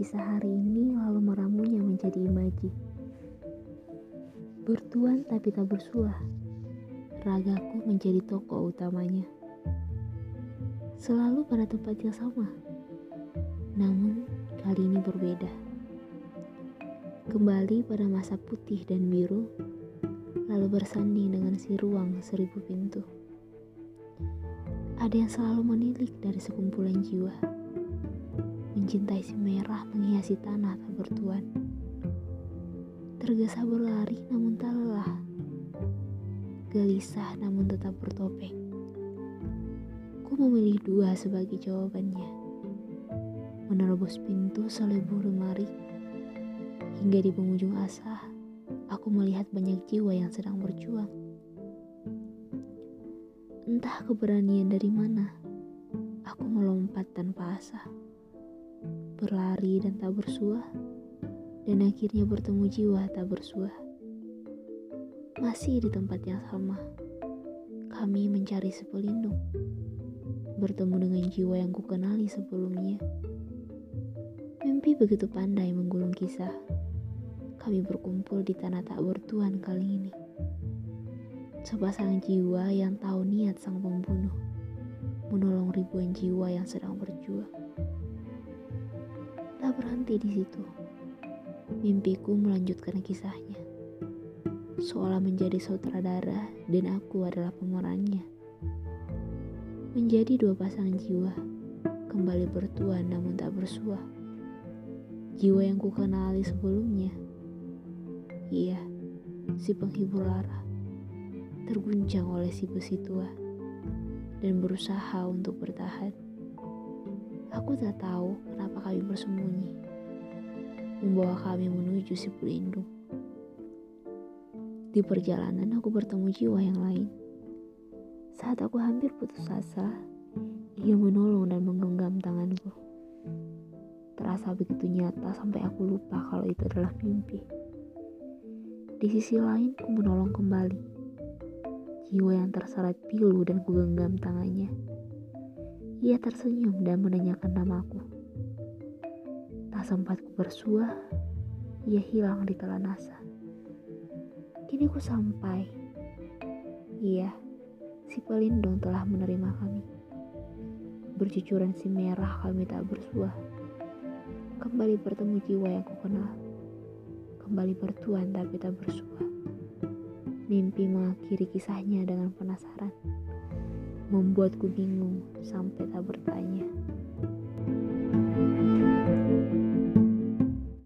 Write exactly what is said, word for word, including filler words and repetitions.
kisah hari ini lalu meramunya menjadi imaji. Bertuan tapi tak bersuah, ragaku menjadi tokoh utamanya. Selalu pada tempat yang sama, namun kali ini berbeda. Kembali pada masa putih dan biru, lalu bersanding dengan si ruang seribu pintu. Ada yang selalu menilik dari sekumpulan jiwa, mencintai si merah menghiasi tanah tak bertuan. Tergesa berlari namun tak lelah, gelisah namun tetap bertopeng. Ku memilih dua sebagai jawabannya, menerobos pintu selebar lemari, hingga di penghujung asa aku melihat banyak jiwa yang sedang berjuang. Entah keberanian dari mana, aku melompat tanpa asa, berlari dan tak bersuah, dan akhirnya bertemu jiwa tak bersuah. Masih di tempat yang sama, kami mencari si pelindung, bertemu dengan jiwa yang kukenali sebelumnya. Mimpi begitu pandai menggulung kisah, kami berkumpul di tanah tak bertuan kali ini. Sepasang jiwa yang tahu niat sang pembunuh, menolong ribuan jiwa yang sedang berjuang. Tak berhenti di situ, mimpiku melanjutkan kisahnya, seolah menjadi sutradara dan aku adalah pemerannya. Menjadi dua pasang jiwa, kembali bertuan namun tak bersuah. Jiwa yang kukenali sebelumnya, iya, si penghibur lara, terguncang oleh si besi tua dan berusaha untuk bertahan. Aku tak tahu kenapa kami bersembunyi, membawa kami menuju si pelindung. Di perjalanan aku bertemu jiwa yang lain. Saat aku hampir putus asa, ia menolong dan menggenggam tanganku. Terasa begitu nyata sampai aku lupa kalau itu adalah mimpi. Di sisi lain, ku menolong kembali jiwa yang terseret pilu dan ku genggam tangannya. Ia tersenyum dan menanyakan namaku. Tak sempat ku bersuah, ia hilang di telan asa. Kini ku sampai. Iya, si pelindung telah menerima kami. Bercucuran si merah kami tak bersuah. Kembali bertemu jiwa yang ku kenal. Kembali bertuan tapi tak bersuah. Mimpi mengakhiri kisahnya dengan penasaran, membuatku bingung sampai tak bertanya.